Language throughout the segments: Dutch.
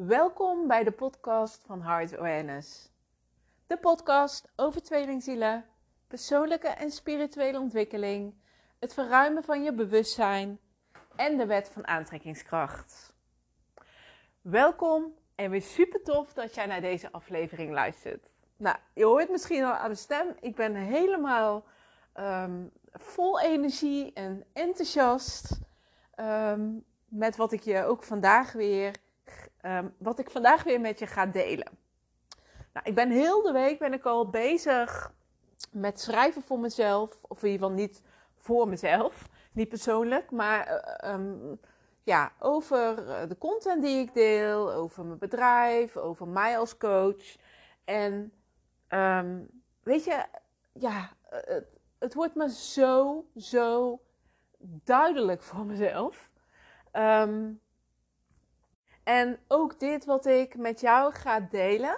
Welkom bij de podcast van Heart Awareness. De podcast over tweelingzielen, persoonlijke en spirituele ontwikkeling, het verruimen van je bewustzijn en de wet van aantrekkingskracht. Welkom en weer super tof dat jij naar deze aflevering luistert. Nou, je hoort misschien al aan de stem, ik ben helemaal vol energie en enthousiast met wat ik vandaag weer met je ga delen. Nou, ik ben heel de week al bezig met schrijven voor mezelf. Of in ieder geval niet voor mezelf. Niet persoonlijk. Maar over de content die ik deel. Over mijn bedrijf. Over mij als coach. En weet je. Ja, het wordt me zo duidelijk voor mezelf. En ook dit wat ik met jou ga delen,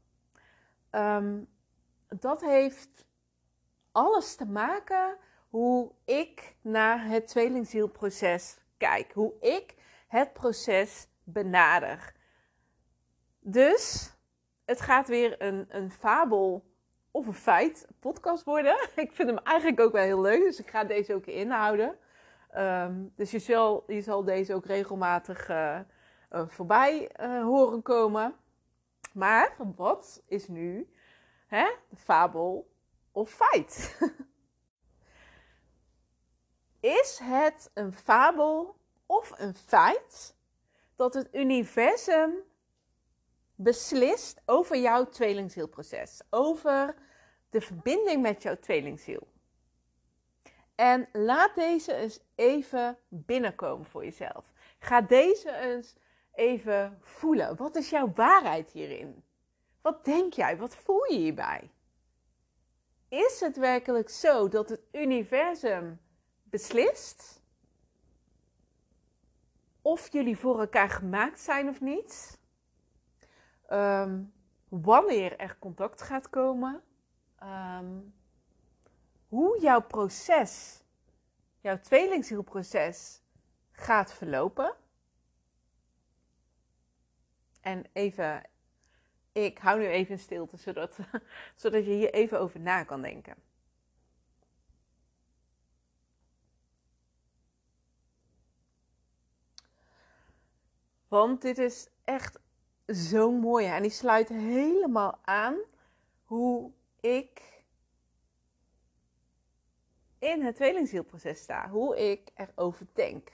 dat heeft alles te maken hoe ik naar het tweelingzielproces kijk. Hoe ik het proces benader. Dus het gaat weer een fabel of een feit podcast worden. Ik vind hem eigenlijk ook wel heel leuk, dus ik ga deze ook inhouden. Dus je zal deze ook regelmatig voorbij horen komen. Maar wat is nu de fabel of feit? Is het een fabel of een feit dat het universum beslist over jouw tweelingzielproces? Over de verbinding met jouw tweelingziel? En laat deze eens even binnenkomen voor jezelf. Ga deze eens even voelen. Wat is jouw waarheid hierin? Wat denk jij? Wat voel je hierbij? Is het werkelijk zo dat het universum beslist of jullie voor elkaar gemaakt zijn of niet? Wanneer er contact gaat komen? Hoe jouw proces, jouw tweelingzielproces gaat verlopen? En ik hou nu even in stilte, zodat je hier even over na kan denken. Want dit is echt zo mooi. En die sluit helemaal aan hoe ik in het tweelingzielproces sta. Hoe ik erover denk.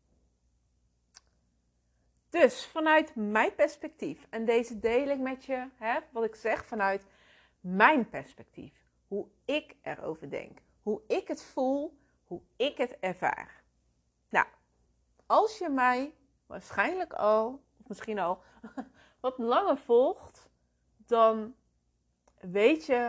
Dus vanuit mijn perspectief, en deze deel ik met je, wat ik zeg, vanuit mijn perspectief. Hoe ik erover denk. Hoe ik het voel, hoe ik het ervaar. Nou, als je mij waarschijnlijk al, of misschien al wat langer volgt, dan weet je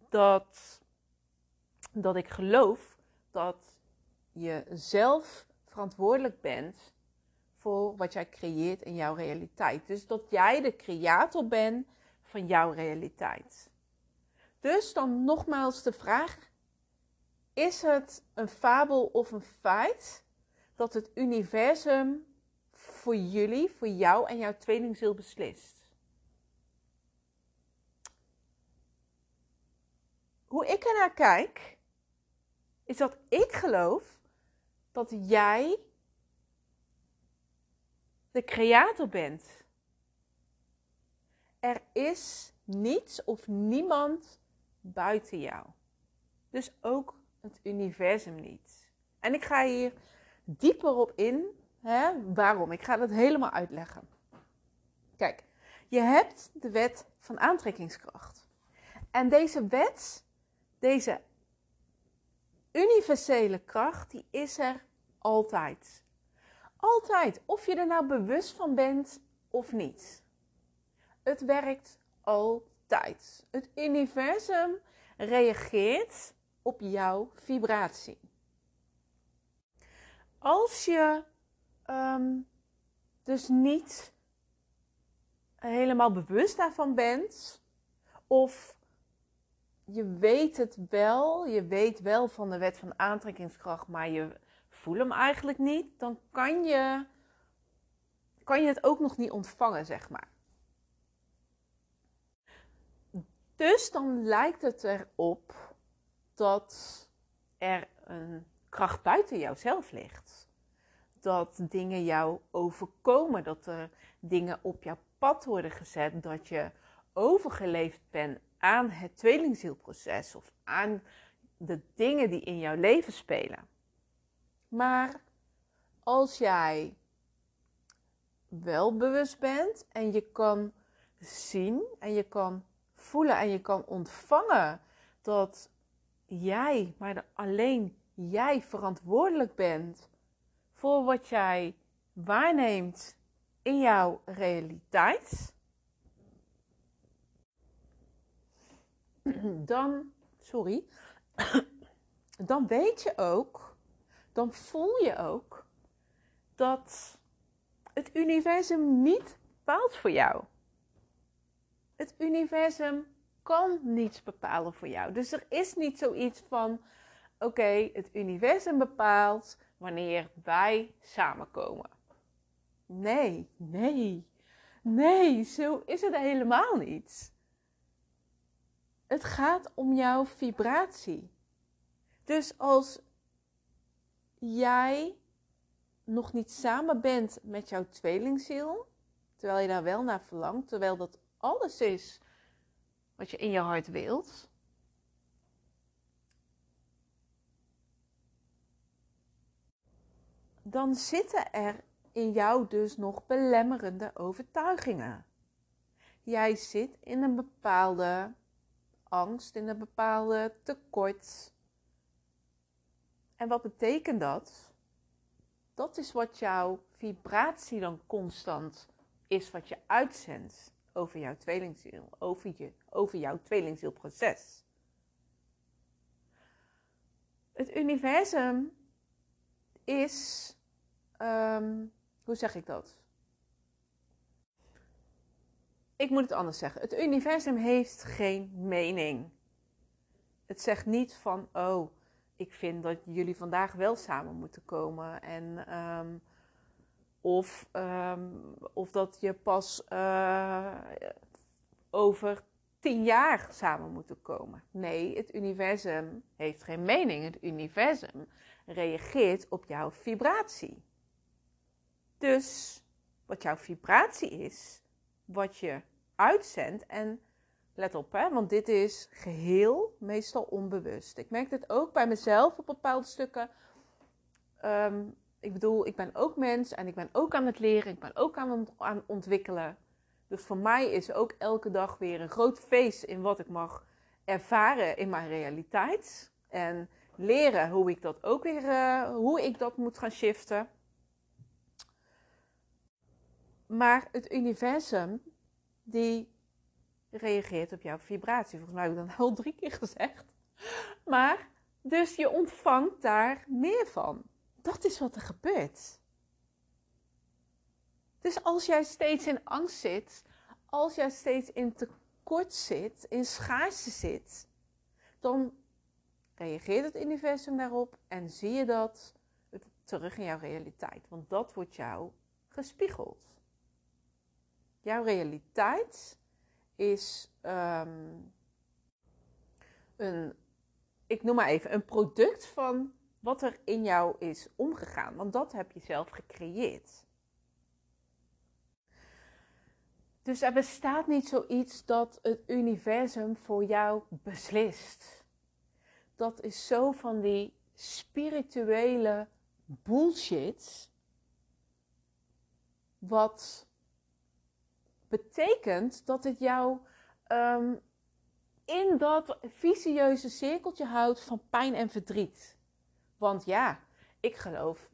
dat ik geloof dat je zelf verantwoordelijk bent voor wat jij creëert in jouw realiteit. Dus dat jij de creator bent van jouw realiteit. Dus dan nogmaals de vraag: is het een fabel of een feit dat het universum voor jullie, voor jou en jouw tweelingziel beslist? Hoe ik ernaar kijk, is dat ik geloof dat jij de creator bent. Er is niets of niemand buiten jou. Dus ook het universum niet. En ik ga hier dieper op in. Waarom? Ik ga dat helemaal uitleggen. Kijk, je hebt de wet van aantrekkingskracht. En deze wet, deze universele kracht, die is er altijd. Altijd, of je er nou bewust van bent of niet. Het werkt altijd. Het universum reageert op jouw vibratie. Als je dus niet helemaal bewust daarvan bent, of je weet het wel, je weet wel van de wet van aantrekkingskracht, maar je voelt hem eigenlijk niet, dan kan je kan je het ook nog niet ontvangen, zeg maar. Dus dan lijkt het erop dat er een kracht buiten jouzelf ligt. Dat dingen jou overkomen, dat er dingen op jouw pad worden gezet, dat je overgeleefd bent aan het tweelingzielproces of aan de dingen die in jouw leven spelen. Maar als jij wel bewust bent en je kan zien en je kan voelen en je kan ontvangen dat jij, maar alleen jij verantwoordelijk bent voor wat jij waarneemt in jouw realiteit, dan weet je ook, dan voel je ook dat het universum niet bepaalt voor jou. Het universum kan niets bepalen voor jou. Dus er is niet zoiets van, oké, het universum bepaalt wanneer wij samenkomen. Nee, zo is het helemaal niet. Het gaat om jouw vibratie. Dus als jij nog niet samen bent met jouw tweelingziel, terwijl je daar wel naar verlangt, terwijl dat alles is wat je in je hart wilt, dan zitten er in jou dus nog belemmerende overtuigingen. Jij zit in een bepaalde angst, in een bepaalde tekort. En wat betekent dat? Dat is wat jouw vibratie dan constant is, wat je uitzendt over jouw tweelingziel, over jouw tweelingzielproces. Het universum is, hoe zeg ik dat? Ik moet het anders zeggen. Het universum heeft geen mening. Het zegt niet van, oh, ik vind dat jullie vandaag wel samen moeten komen. En, of dat je pas over 10 jaar samen moeten komen. Nee, het universum heeft geen mening. Het universum reageert op jouw vibratie. Dus wat jouw vibratie is, wat je uitzendt. En let op, hè, want dit is geheel meestal onbewust. Ik merk dit ook bij mezelf op bepaalde stukken. Ik ben ook mens en ik ben ook aan het leren. Ik ben ook aan het ontwikkelen. Dus voor mij is ook elke dag weer een groot feest in wat ik mag ervaren in mijn realiteit. En leren hoe ik dat ook weer, hoe ik dat moet gaan shiften. Maar het universum, die reageert op jouw vibratie. Volgens mij heb ik dat al 3 keer gezegd. Maar, dus je ontvangt daar meer van. Dat is wat er gebeurt. Dus als jij steeds in angst zit, als jij steeds in tekort zit, in schaarste zit, dan reageert het universum daarop en zie je dat terug in jouw realiteit. Want dat wordt jou gespiegeld. Jouw realiteit is ik noem maar even, een product van wat er in jou is omgegaan. Want dat heb je zelf gecreëerd. Dus er bestaat niet zoiets dat het universum voor jou beslist. Dat is zo van die spirituele bullshit. Wat betekent dat het jou in dat vicieuze cirkeltje houdt van pijn en verdriet. Want ja, ik geloof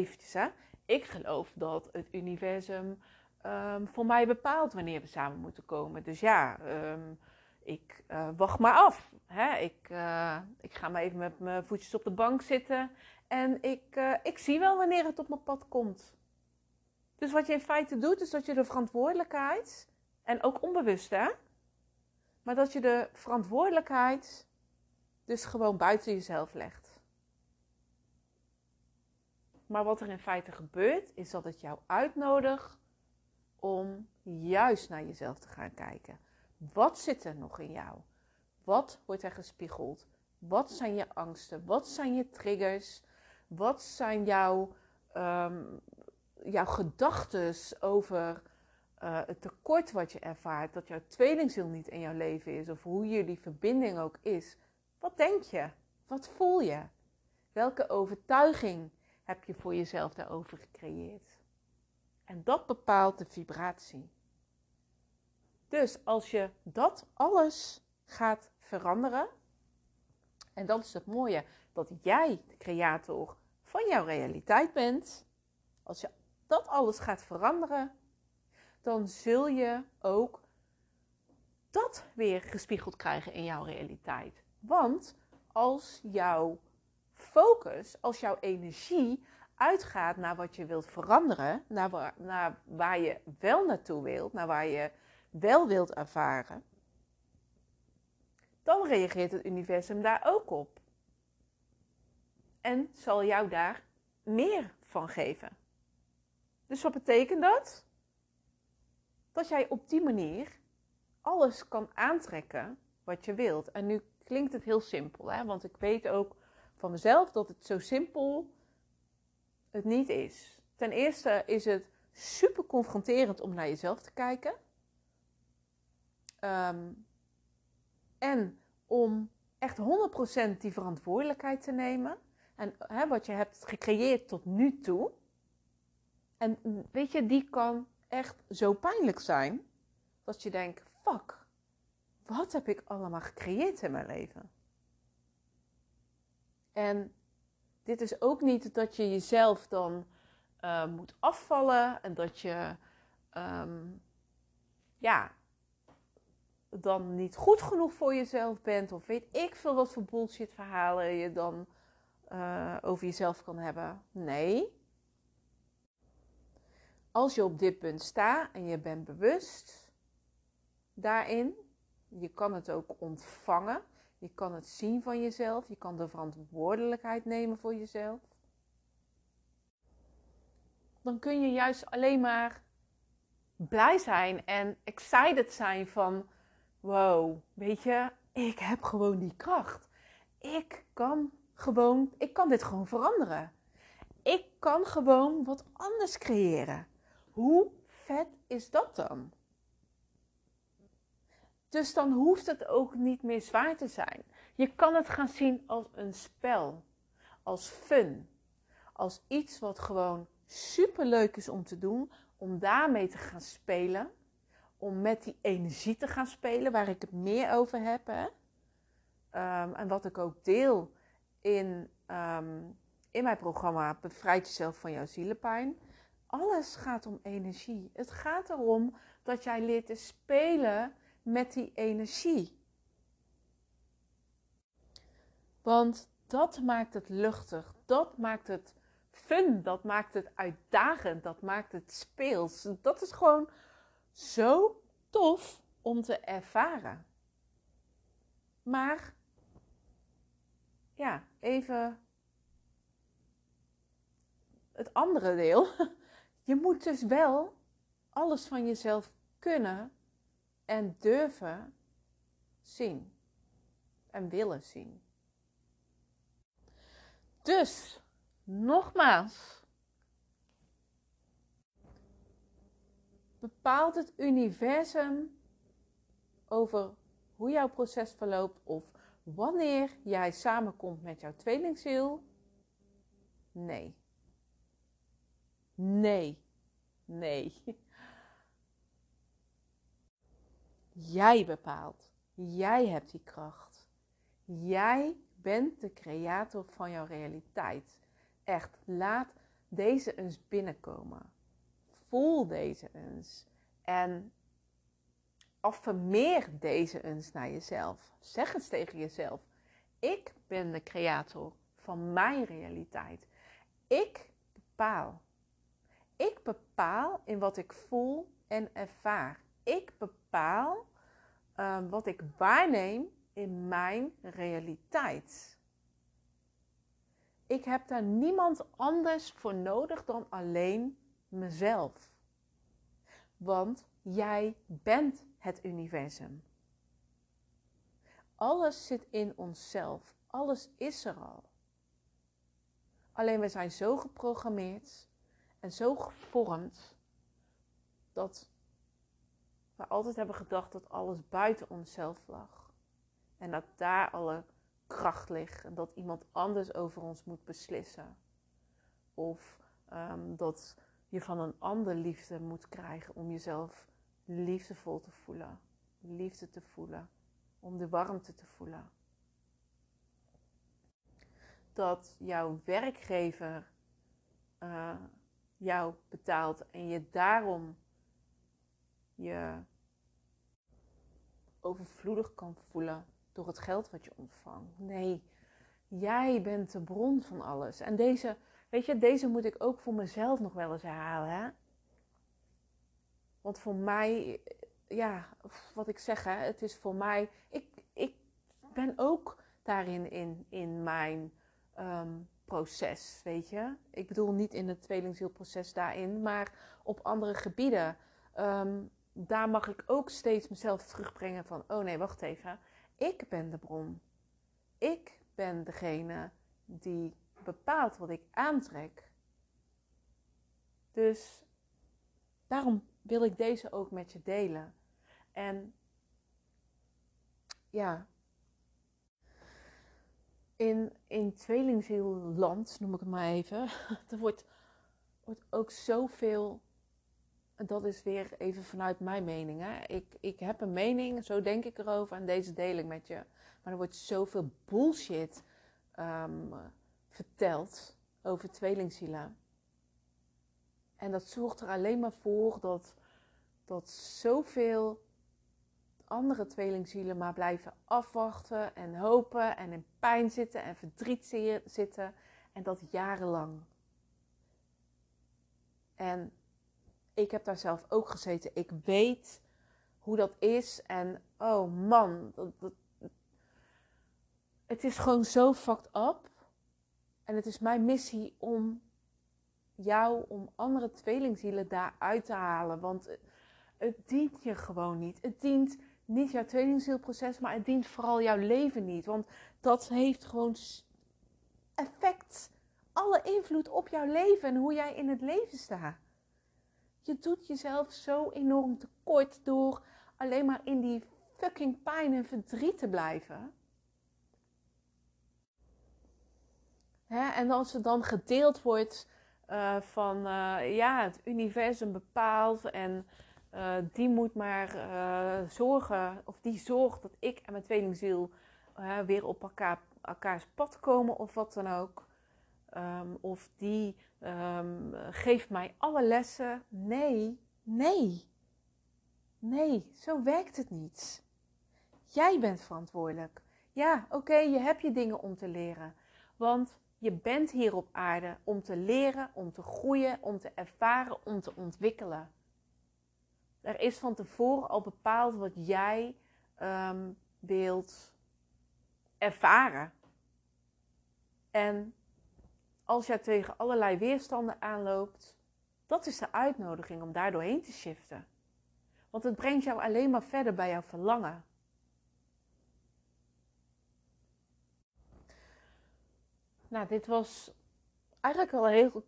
dat het universum voor mij bepaalt wanneer we samen moeten komen. Dus ja, ik wacht maar af. Hè? Ik ga maar even met mijn voetjes op de bank zitten en ik zie wel wanneer het op mijn pad komt. Dus wat je in feite doet, is dat je de verantwoordelijkheid, en ook onbewust hè, maar dat je de verantwoordelijkheid dus gewoon buiten jezelf legt. Maar wat er in feite gebeurt, is dat het jou uitnodigt om juist naar jezelf te gaan kijken. Wat zit er nog in jou? Wat wordt er gespiegeld? Wat zijn je angsten? Wat zijn je triggers? Wat zijn jouw gedachten over het tekort wat je ervaart? Dat jouw tweelingziel niet in jouw leven is. Of hoe jullie verbinding ook is. Wat denk je? Wat voel je? Welke overtuiging heb je voor jezelf daarover gecreëerd? En dat bepaalt de vibratie. Dus als je dat alles gaat veranderen, en dat is het mooie, dat jij de creator van jouw realiteit bent. Als je dat alles gaat veranderen, dan zul je ook dat weer gespiegeld krijgen in jouw realiteit. Want als jouw focus, als jouw energie uitgaat naar wat je wilt veranderen, naar waar je wel naartoe wilt, naar waar je wel wilt ervaren, dan reageert het universum daar ook op. En zal jou daar meer van geven. Dus wat betekent dat? Dat jij op die manier alles kan aantrekken wat je wilt. En nu klinkt het heel simpel, hè? Want ik weet ook van mezelf dat het zo simpel het niet is. Ten eerste is het super confronterend om naar jezelf te kijken. En om echt 100% die verantwoordelijkheid te nemen. En wat je hebt gecreëerd tot nu toe. En weet je, die kan echt zo pijnlijk zijn. Dat je denkt, fuck, wat heb ik allemaal gecreëerd in mijn leven? En dit is ook niet dat je jezelf dan moet afvallen. En dat je dan niet goed genoeg voor jezelf bent. Of weet ik veel wat voor bullshit verhalen je dan over jezelf kan hebben. Nee. Als je op dit punt staat en je bent bewust daarin. Je kan het ook ontvangen. Je kan het zien van jezelf. Je kan de verantwoordelijkheid nemen voor jezelf. Dan kun je juist alleen maar blij zijn en excited zijn van, wow, weet je, ik heb gewoon die kracht. Ik kan dit gewoon veranderen. Ik kan gewoon wat anders creëren. Hoe vet is dat dan? Dus dan hoeft het ook niet meer zwaar te zijn. Je kan het gaan zien als een spel. Als fun. Als iets wat gewoon super leuk is om te doen. Om daarmee te gaan spelen. Om met die energie te gaan spelen. Waar ik het meer over heb. Hè? En wat ik ook deel in mijn programma Bevrijd jezelf van jouw zielenpijn. Alles gaat om energie. Het gaat erom dat jij leert te spelen met die energie. Want dat maakt het luchtig. Dat maakt het fun. Dat maakt het uitdagend. Dat maakt het speels. Dat is gewoon zo tof om te ervaren. Maar ja, even het andere deel. Je moet dus wel alles van jezelf kunnen en durven zien. En willen zien. Dus, nogmaals. Bepaalt het universum over hoe jouw proces verloopt of wanneer jij samenkomt met jouw tweelingziel? Nee. Nee. Nee. Jij bepaalt. Jij hebt die kracht. Jij bent de creator van jouw realiteit. Echt, laat deze eens binnenkomen. Voel deze eens. En affirmeer deze eens naar jezelf. Zeg eens tegen jezelf. Ik ben de creator van mijn realiteit. Ik bepaal. Ik bepaal in wat ik voel en ervaar. Ik bepaal wat ik waarneem in mijn realiteit. Ik heb daar niemand anders voor nodig dan alleen mezelf. Want jij bent het universum. Alles zit in onszelf. Alles is er al. Alleen we zijn zo geprogrammeerd en zo gevormd dat we altijd hebben gedacht dat alles buiten onszelf lag. En dat daar alle kracht ligt en dat iemand anders over ons moet beslissen. Of dat je van een ander liefde moet krijgen om jezelf liefdevol te voelen. Liefde te voelen. Om de warmte te voelen. Dat jouw werkgever jou betaalt en je daarom je overvloedig kan voelen door het geld wat je ontvangt. Nee, jij bent de bron van alles. En deze moet ik ook voor mezelf nog wel eens herhalen. Hè? Want voor mij, ja, wat ik zeg, hè, het is voor mij, ik ben ook daarin in mijn proces, weet je. Ik bedoel niet in het tweelingzielproces daarin, maar op andere gebieden. Daar mag ik ook steeds mezelf terugbrengen van, oh nee, wacht even. Ik ben de bron. Ik ben degene die bepaalt wat ik aantrek. Dus daarom wil ik deze ook met je delen. En ja, in tweelingzielland, noem ik het maar even, er wordt ook zoveel, dat is weer even vanuit mijn mening. Hè. Ik heb een mening, zo denk ik erover en deze deel ik met je. Maar er wordt zoveel bullshit verteld over tweelingzielen. En dat zorgt er alleen maar voor dat zoveel andere tweelingzielen maar blijven afwachten en hopen en in pijn zitten en verdriet zitten. En dat jarenlang. En ik heb daar zelf ook gezeten. Ik weet hoe dat is. En oh man, het is gewoon zo fucked up. En het is mijn missie om andere tweelingzielen daaruit te halen. Want het dient je gewoon niet. Het dient niet jouw tweelingzielproces, maar het dient vooral jouw leven niet. Want dat heeft gewoon effect. Alle invloed op jouw leven en hoe jij in het leven staat. Je doet jezelf zo enorm tekort door alleen maar in die fucking pijn en verdriet te blijven. Hè? En als het dan gedeeld wordt van het universum bepaalt en die moet maar zorgen, of die zorgt dat ik en mijn tweelingziel weer op elkaars pad komen of wat dan ook. Of die geeft mij alle lessen. Nee, zo werkt het niet. Jij bent verantwoordelijk. Ja, oké, je hebt je dingen om te leren. Want je bent hier op aarde om te leren, om te groeien, om te ervaren, om te ontwikkelen. Er is van tevoren al bepaald wat jij wilt ervaren. En als jij tegen allerlei weerstanden aanloopt, dat is de uitnodiging om daar doorheen te shiften. Want het brengt jou alleen maar verder bij jouw verlangen. Nou, dit was eigenlijk wel heel,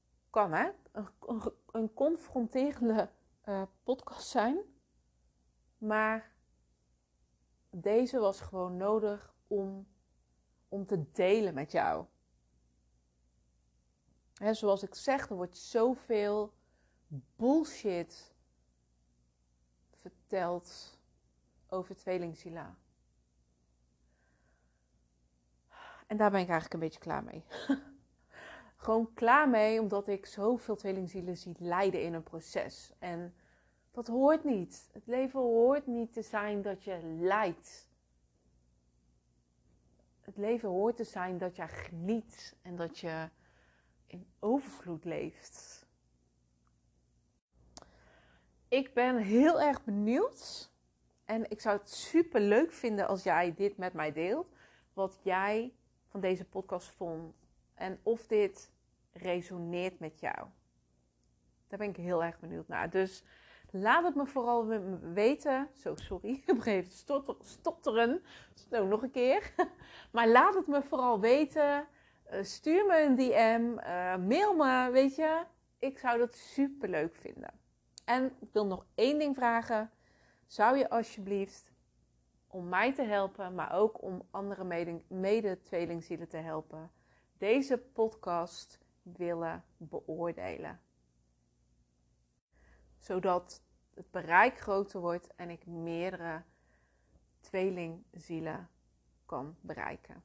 een confronterende podcast zijn. Maar deze was gewoon nodig om te delen met jou. Hè, zoals ik zeg, er wordt zoveel bullshit verteld over tweelingzielen. En daar ben ik eigenlijk een beetje klaar mee. Gewoon klaar mee, omdat ik zoveel tweelingzielen zie lijden in een proces. En dat hoort niet. Het leven hoort niet te zijn dat je lijdt. Het leven hoort te zijn dat je geniet en dat je in overvloed leeft. Ik ben heel erg benieuwd. En ik zou het super leuk vinden als jij dit met mij deelt. Wat jij van deze podcast vond. En of dit resoneert met jou. Daar ben ik heel erg benieuwd naar. Dus Laat het me vooral weten. Zo, sorry. Ik heb even stotteren. Zo, nog een keer. Maar laat het me vooral weten. Stuur me een DM. Mail me, weet je. Ik zou dat super leuk vinden. En ik wil nog één ding vragen. Zou je alsjeblieft, om mij te helpen, maar ook om andere mede-tweelingzielen te helpen, deze podcast willen beoordelen? Zodat het bereik groter wordt en ik meerdere tweelingzielen kan bereiken.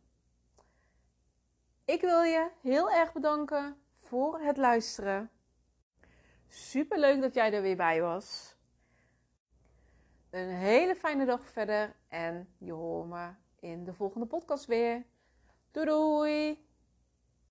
Ik wil je heel erg bedanken voor het luisteren. Super leuk dat jij er weer bij was. Een hele fijne dag verder en je hoort me in de volgende podcast weer. Doei doei!